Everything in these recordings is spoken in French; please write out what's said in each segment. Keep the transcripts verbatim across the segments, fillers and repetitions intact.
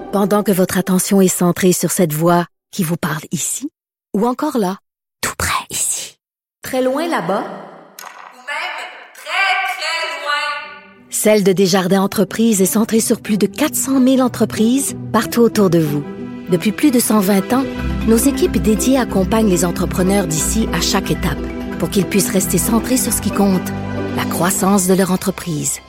Pendant que votre attention est centrée sur cette voix qui vous parle ici, ou encore là, tout près ici, très loin là-bas, ou même très, très loin. Celle de Desjardins Entreprises est centrée sur plus de quatre cent mille entreprises partout autour de vous. Depuis plus de cent vingt ans, nos équipes dédiées accompagnent les entrepreneurs d'ici à chaque étape pour qu'ils puissent rester centrés sur ce qui compte, la croissance de leur entreprise.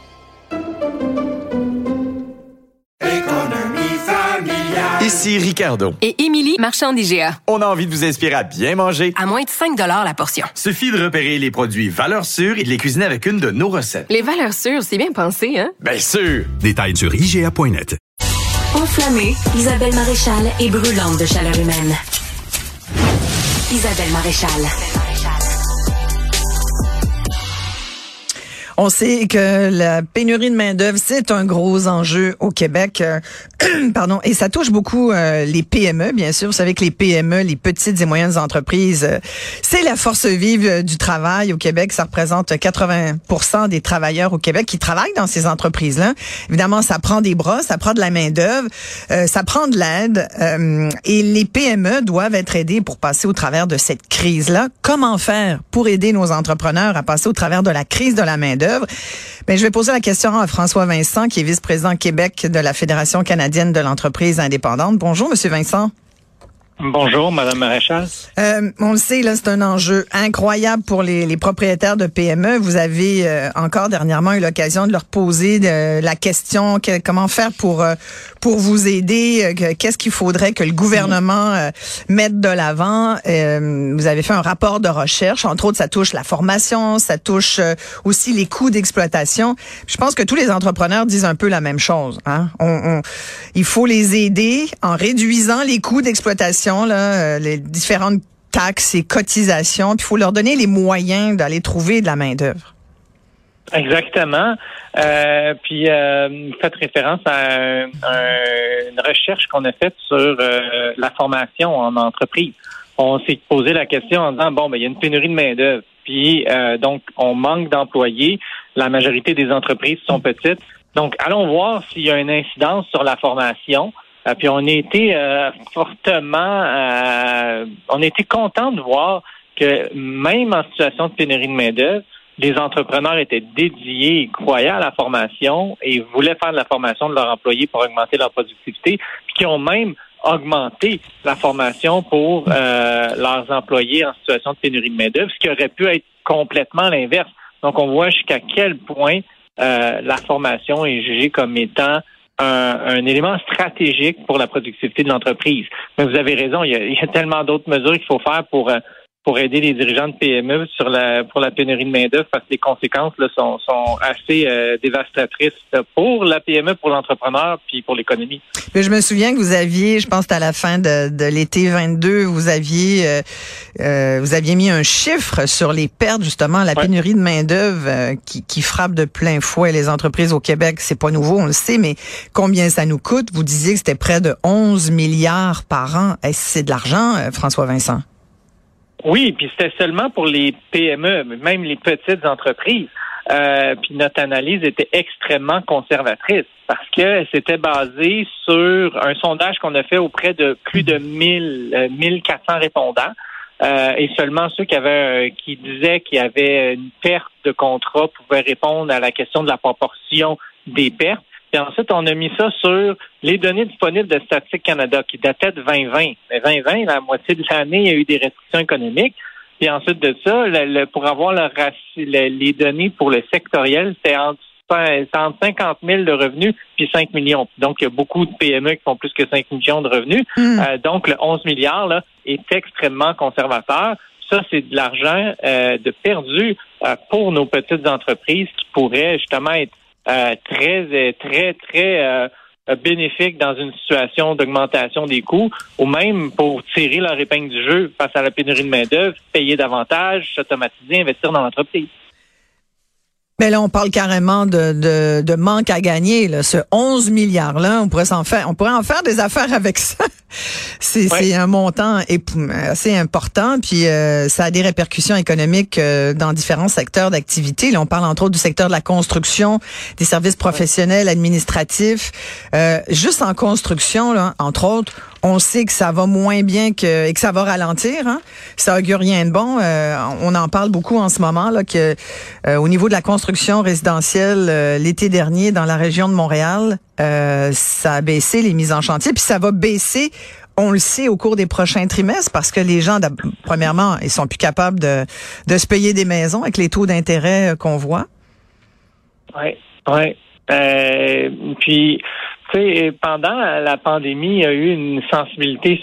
Ici Ricardo. Et Émilie, marchand d'I G A. On a envie de vous inspirer à bien manger. À moins de cinq dollars la portion. Suffit de repérer les produits valeurs sûres et de les cuisiner avec une de nos recettes. Les valeurs sûres, c'est bien pensé, hein? Bien sûr! Détails sur I G A point net. Enflammée, Isabelle Maréchal est brûlante de chaleur humaine. Isabelle Maréchal. On sait que la pénurie de main-d'œuvre, c'est un gros enjeu au Québec. Euh, pardon, et ça touche beaucoup euh, les P M E, bien sûr. Vous savez que les P M E, les petites et moyennes entreprises, euh, c'est la force vive euh, du travail au Québec. Ça représente quatre-vingts pour cent des travailleurs au Québec qui travaillent dans ces entreprises-là. Évidemment, ça prend des bras, ça prend de la main-d'œuvre, euh, ça prend de l'aide. Euh, et les P M E doivent être aidés pour passer au travers de cette crise-là. Comment faire pour aider nos entrepreneurs à passer au travers de la crise de la main-d'œuvre? Ben, je vais poser la question à François Vincent, qui est vice-président Québec de la Fédération canadienne de l'entreprise indépendante. Bonjour, Monsieur Vincent. Bonjour, Madame Maréchal. Euh, on le sait, là, c'est un enjeu incroyable pour les, les propriétaires de P M E. Vous avez euh, encore dernièrement eu l'occasion de leur poser de, la question que, comment faire pour euh, pour vous aider. Euh, qu'est-ce qu'il faudrait que le gouvernement euh, mette de l'avant. Euh, vous avez fait un rapport de recherche. Entre autres, ça touche la formation, ça touche euh, aussi les coûts d'exploitation. Je pense que tous les entrepreneurs disent un peu la même chose. Hein? On, on, il faut les aider en réduisant les coûts d'exploitation, là, euh, les différentes taxes et cotisations, puis il faut leur donner les moyens d'aller trouver de la main-d'œuvre. Exactement. Euh, puis, euh, vous faites référence à un, un, une recherche qu'on a faite sur euh, la formation en entreprise. On s'est posé la question en disant, bon, ben il y a une pénurie de main-d'œuvre, puis euh, donc on manque d'employés. La majorité des entreprises sont petites. Donc, allons voir s'il y a une incidence sur la formation. Euh, puis on a été euh, fortement, euh, on a été content de voir que même en situation de pénurie de main-d'œuvre, les entrepreneurs étaient dédiés et croyaient à la formation et voulaient faire de la formation de leurs employés pour augmenter leur productivité, puis qui ont même augmenté la formation pour euh, leurs employés en situation de pénurie de main-d'œuvre, ce qui aurait pu être complètement l'inverse. Donc on voit jusqu'à quel point euh, la formation est jugée comme étant Un, un élément stratégique pour la productivité de l'entreprise. Mais vous avez raison, il y a, il y a tellement d'autres mesures qu'il faut faire pour pour aider les dirigeants de P M E sur la pour la pénurie de main-d'œuvre, parce que les conséquences là sont sont assez euh, dévastatrices pour la P M E, pour l'entrepreneur, puis pour l'économie. Mais je me souviens que vous aviez, je pense que c'était à la fin de, de l'été vingt-deux, vous aviez euh, euh, vous aviez mis un chiffre sur les pertes, justement, la ouais. pénurie de main-d'œuvre euh, qui, qui frappe de plein fouet les entreprises au Québec. C'est pas nouveau, on le sait, mais combien ça nous coûte? Vous disiez que c'était près de onze milliards par an. Est-ce que c'est de l'argent, euh, François Vincent? Oui, puis c'était seulement pour les P M E, même les petites entreprises. Euh, puis notre analyse était extrêmement conservatrice parce que c'était basé sur un sondage qu'on a fait auprès de plus de mille, euh, mille quatre cents répondants. Euh, et seulement ceux qui avaient euh, qui disaient qu'il y avait une perte de contrat pouvaient répondre à la question de la proportion des pertes. Puis ensuite, on a mis ça sur les données disponibles de Statistique Canada qui dataient de vingt vingt. Mais vingt vingt, la moitié de l'année, il y a eu des restrictions économiques. Puis ensuite de ça, le, le, pour avoir le, le, les données pour le sectoriel, c'était entre, entre cinquante mille de revenus puis cinq millions. Donc, il y a beaucoup de P M E qui font plus que cinq millions de revenus. Mmh. Euh, donc, le onze milliards là, est extrêmement conservateur. Ça, c'est de l'argent euh, de perdu euh, pour nos petites entreprises qui pourraient justement être Euh, très, très, très euh, bénéfique dans une situation d'augmentation des coûts, ou même pour tirer leur épingle du jeu face à la pénurie de main-d'œuvre, payer davantage, s'automatiser, investir dans l'entreprise. Mais là, on parle carrément de, de, de manque à gagner. Là. Ce onze milliards-là, on pourrait s'en faire, on pourrait en faire des affaires avec ça. C'est, ouais. c'est un montant épou- assez important, puis euh, ça a des répercussions économiques euh, dans différents secteurs d'activité. Là, on parle entre autres du secteur de la construction, des services professionnels, administratifs. Euh, juste en construction, là, entre autres, on sait que ça va moins bien que et que ça va ralentir. Hein? Ça augure rien de bon. Euh, on en parle beaucoup en ce moment là que euh, au niveau de la construction résidentielle, euh, l'été dernier dans la région de Montréal, euh, ça a baissé les mises en chantier, puis ça va baisser. On le sait au cours des prochains trimestres parce que les gens, premièrement, ils sont plus capables de de se payer des maisons avec les taux d'intérêt qu'on voit. Oui, oui. Euh, puis, tu sais, pendant la pandémie, il y a eu une sensibilité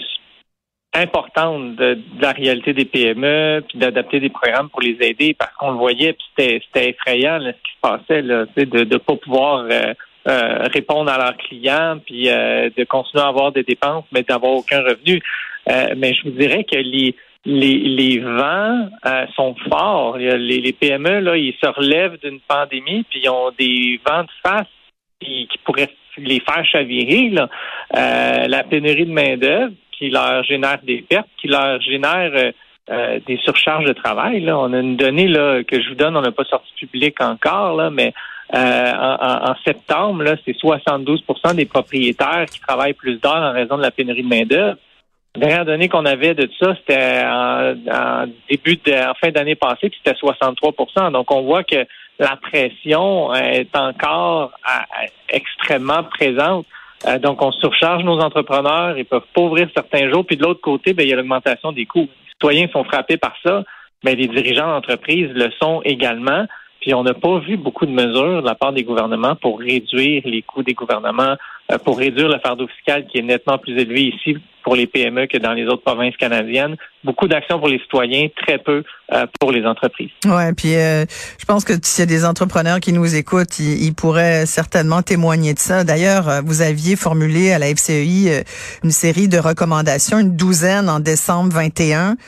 importante de, de la réalité des P M E, puis d'adapter des programmes pour les aider, parce qu'on le voyait, puis c'était, c'était effrayant là, ce qui se passait, là, tu sais, de ne pas pouvoir euh, euh, répondre à leurs clients, puis euh, de continuer à avoir des dépenses, mais d'avoir aucun revenu. Euh, mais je vous dirais que les Les, les vents euh, sont forts. Les, les P M E, là, ils se relèvent d'une pandémie, puis ils ont des vents de face qui, qui pourraient les faire chavirer. Là. Euh, la pénurie de main-d'œuvre qui leur génère des pertes, qui leur génère euh, euh, des surcharges de travail. Là. On a une donnée là, que je vous donne, on n'a pas sorti public encore, là, mais euh, en, en septembre, là, c'est soixante-douze pour cent des propriétaires qui travaillent plus d'heures en raison de la pénurie de main-d'œuvre. La dernière donnée qu'on avait de ça, c'était en, en début de, en fin d'année passée, puis c'était soixante-trois pour cent. Donc, on voit que la pression est encore à, à, extrêmement présente. Euh, donc, on surcharge nos entrepreneurs, ils peuvent pas ouvrir certains jours. Puis de l'autre côté, ben, il y a l'augmentation des coûts. Les citoyens sont frappés par ça, mais les dirigeants d'entreprise le sont également. Puis on n'a pas vu beaucoup de mesures de la part des gouvernements pour réduire les coûts des gouvernements, euh, pour réduire le fardeau fiscal qui est nettement plus élevé ici pour les P M E que dans les autres provinces canadiennes. Beaucoup d'actions pour les citoyens, très peu euh, pour les entreprises. Ouais, puis euh, je pense que s'il y a des entrepreneurs qui nous écoutent, ils, ils pourraient certainement témoigner de ça. D'ailleurs, vous aviez formulé à la F C E I euh, une série de recommandations, une douzaine en décembre vingt et un,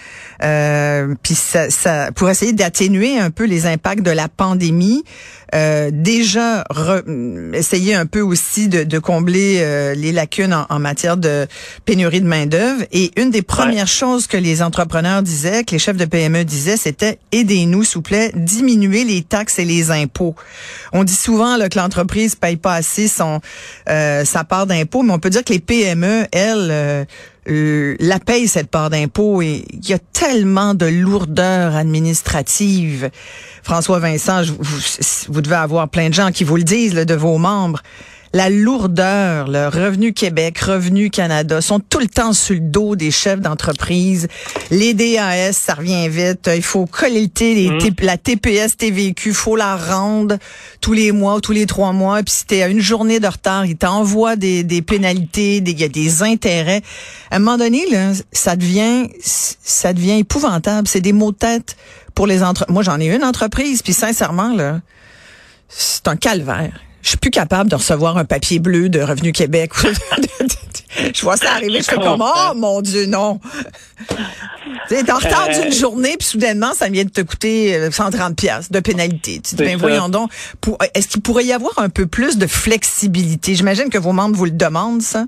euh, puis ça, ça pour essayer d'atténuer un peu les impacts de la pandémie. Euh, déjà re, essayer un peu aussi de, de combler euh, les lacunes en, en matière de pénurie de main-d'œuvre. Et une des premières ouais. choses que les entrepreneurs disaient, que les chefs de P M E disaient, c'était aidez-nous, s'il vous plaît, diminuez les taxes et les impôts. On dit souvent là, que l'entreprise paye pas assez son euh, sa part d'impôts, mais on peut dire que les P M E, elles, euh, Euh, la paye, cette part d'impôt, et il y a tellement de lourdeur administrative. François Vincent, je, vous, vous devez avoir plein de gens qui vous le disent, là, de vos membres. La lourdeur, le Revenu Québec, Revenu Canada sont tout le temps sur le dos des chefs d'entreprise. Les D A S, ça revient vite. Il faut collecter les mmh. T- la T P S T V Q, faut la rendre tous les mois ou tous les trois mois. Puis si t'es à une journée de retard, ils t'envoient des, des pénalités, il y a des intérêts. À un moment donné, là, ça devient, ça devient épouvantable. C'est des maux de tête pour les entreprises. Moi, j'en ai une entreprise, puis sincèrement, là, c'est un calvaire. Je suis plus capable de recevoir un papier bleu de Revenu Québec. Je vois ça arriver, je fais comme, oh mon Dieu, non. Tu es en retard euh, d'une journée, puis soudainement, ça vient de te coûter cent trente piastres de pénalité. Tu te dis, ben voyons donc, pour, est-ce qu'il pourrait y avoir un peu plus de flexibilité? J'imagine que vos membres vous le demandent, ça?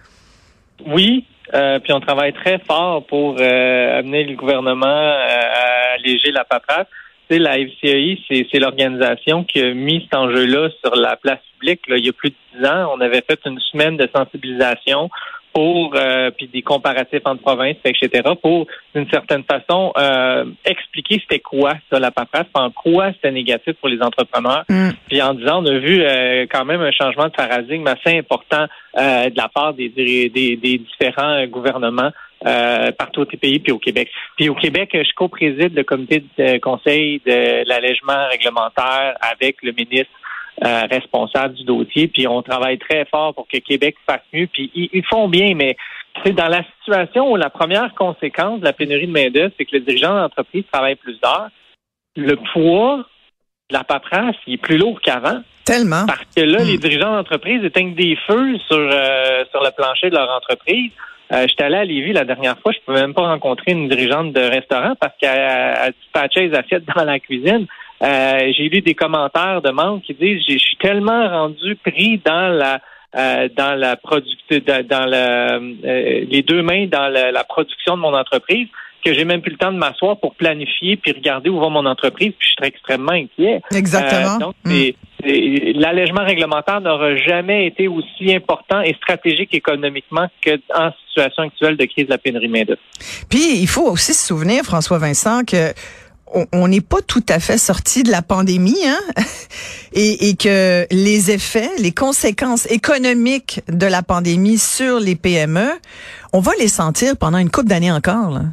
Oui, euh, puis on travaille très fort pour euh, amener le gouvernement à alléger la paperasse. Tu sais, la F C E I, c'est, c'est l'organisation qui a mis cet enjeu-là sur la place publique. Là, il y a plus de dix ans, on avait fait une semaine de sensibilisation pour euh, puis des comparatifs entre provinces, et cetera, pour, d'une certaine façon, euh, expliquer c'était quoi ça, la paperasse, en quoi c'était négatif pour les entrepreneurs. Mm. Puis en disant, on a vu euh, quand même un changement de paradigme assez important euh, de la part des, des, des, des différents gouvernements. Euh, partout au pays puis au Québec. Puis au Québec, je co-préside le comité de conseil de l'allègement réglementaire avec le ministre euh, responsable du dossier. Puis on travaille très fort pour que Québec fasse mieux. Puis ils, ils font bien, mais c'est dans la situation où la première conséquence de la pénurie de main-d'œuvre, c'est que le dirigeant d'entreprise travaille plus d'heures. Le poids de la paperasse, il est plus lourd qu'avant. Tellement. Parce que là, mmh. les dirigeants d'entreprise éteignent des feux sur euh, sur le plancher de leur entreprise. Euh, j'étais allé à Lévis la dernière fois, je ne pouvais même pas rencontrer une dirigeante de restaurant parce qu'elle dispatchait les assiettes dans la cuisine. Euh, j'ai lu des commentaires de membres qui disent « Je suis tellement rendu pris dans la euh, dans la production, dans la, euh, les deux mains dans la, la production de mon entreprise, que j'ai même plus le temps de m'asseoir pour planifier puis regarder où va mon entreprise, puis je serais extrêmement inquiet. Exactement. Euh, donc, mm. c'est, c'est, l'allègement réglementaire n'aura jamais été aussi important et stratégique économiquement qu'en situation actuelle de crise de la pénurie de main-d'œuvre. Puis, il faut aussi se souvenir, François Vincent, que on n'est pas tout à fait sorti de la pandémie, hein, et, et que les effets, les conséquences économiques de la pandémie sur les P M E, on va les sentir pendant une couple d'années encore, là.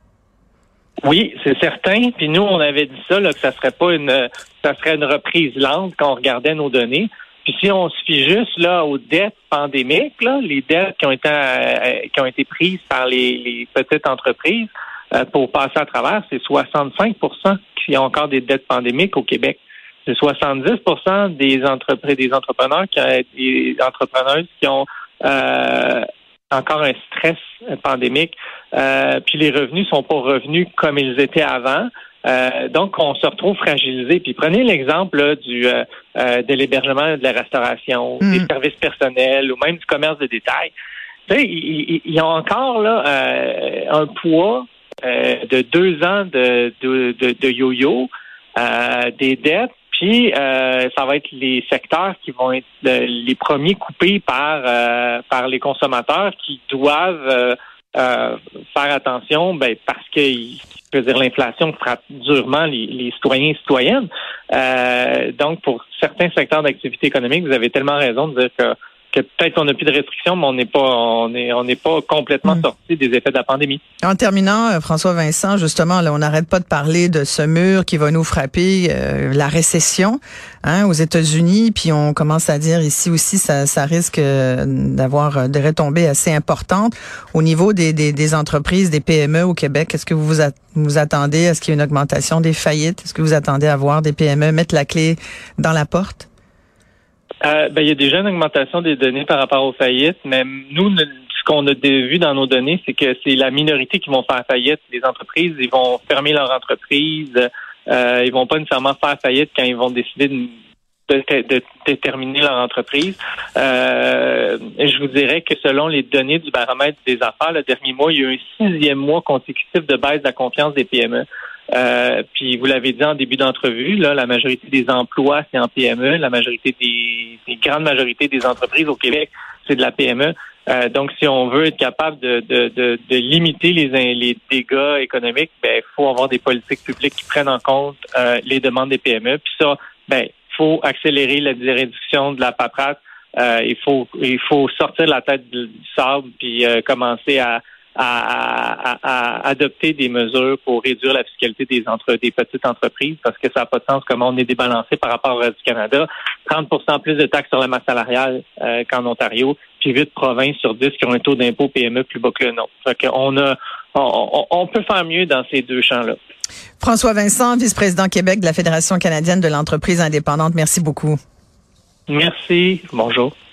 Oui, c'est certain. Puis nous, on avait dit ça, là, que ça serait pas une, ça serait une reprise lente quand on regardait nos données. Puis si on se fie juste là aux dettes pandémiques, là, les dettes qui ont été euh, qui ont été prises par les, les petites entreprises euh, pour passer à travers, c'est soixante-cinq pour cent qui ont encore des dettes pandémiques au Québec. C'est soixante-dix pour cent des entreprises, des entrepreneurs qui ont, des entrepreneuses qui ont euh, encore un stress pandémique, euh, puis les revenus sont pas revenus comme ils étaient avant. Euh, donc, on se retrouve fragilisé. Puis prenez l'exemple là, du euh, euh, de l'hébergement, de la restauration, mmh. des services personnels ou même du commerce de détail. Tu sais, il y, y a encore là euh, un poids euh, de deux ans de, de, de, de yo-yo, euh, des dettes. Puis, euh, ça va être les secteurs qui vont être le, les premiers coupés par euh, par les consommateurs qui doivent euh, euh, faire attention, ben parce que je veux dire l'inflation frappe durement les, les citoyens et citoyennes. Euh, donc, pour certains secteurs d'activité économique, vous avez tellement raison de dire que que peut-être qu'on n'a plus de restrictions, mais on n'est pas on est on n'est pas complètement mmh. sorti des effets de la pandémie. En terminant, François Vincent, justement, là, on n'arrête pas de parler de ce mur qui va nous frapper, euh, la récession, hein, aux États-Unis, puis on commence à dire ici aussi, ça, ça risque d'avoir des retombées assez importantes au niveau des, des, des entreprises, des P M E au Québec. Est-ce que vous vous, a, vous attendez, est-ce qu'il y a une augmentation des faillites? Est-ce que vous attendez à voir des P M E mettre la clé dans la porte? Euh, ben, il y a déjà une augmentation des données par rapport aux faillites, mais nous, ce qu'on a vu dans nos données, c'est que c'est la minorité qui vont faire faillite. Les entreprises, ils vont fermer leur entreprise, euh, ils vont pas nécessairement faire faillite quand ils vont décider de, de, de, de terminer leur entreprise. Euh, je vous dirais que selon les données du baromètre des affaires, le dernier mois, il y a eu un sixième mois consécutif de baisse de la confiance des P M E. Euh, puis vous l'avez dit en début d'entrevue, là, la majorité des emplois, c'est en P M E. La majorité des, des grandes majorités des entreprises au Québec, c'est de la P M E. Euh, donc, si on veut être capable de, de, de, de limiter les, les dégâts économiques, ben, il faut avoir des politiques publiques qui prennent en compte euh, les demandes des P M E. Puis ça, ben, faut accélérer la réduction de la paperasse. Euh, il faut, il faut sortir la tête du sable puis euh, commencer à À, à, à adopter des mesures pour réduire la fiscalité des entre des petites entreprises parce que ça n'a pas de sens comment on est débalancé par rapport au reste du Canada. trente pour cent plus de taxes sur la masse salariale euh, qu'en Ontario, puis huit provinces sur dix qui ont un taux d'impôt P M E plus bas que le nôtre. Fait qu'on a on, on, on peut faire mieux dans ces deux champs-là. François Vincent, vice-président Québec de la Fédération canadienne de l'entreprise indépendante, merci beaucoup. Merci. Bonjour.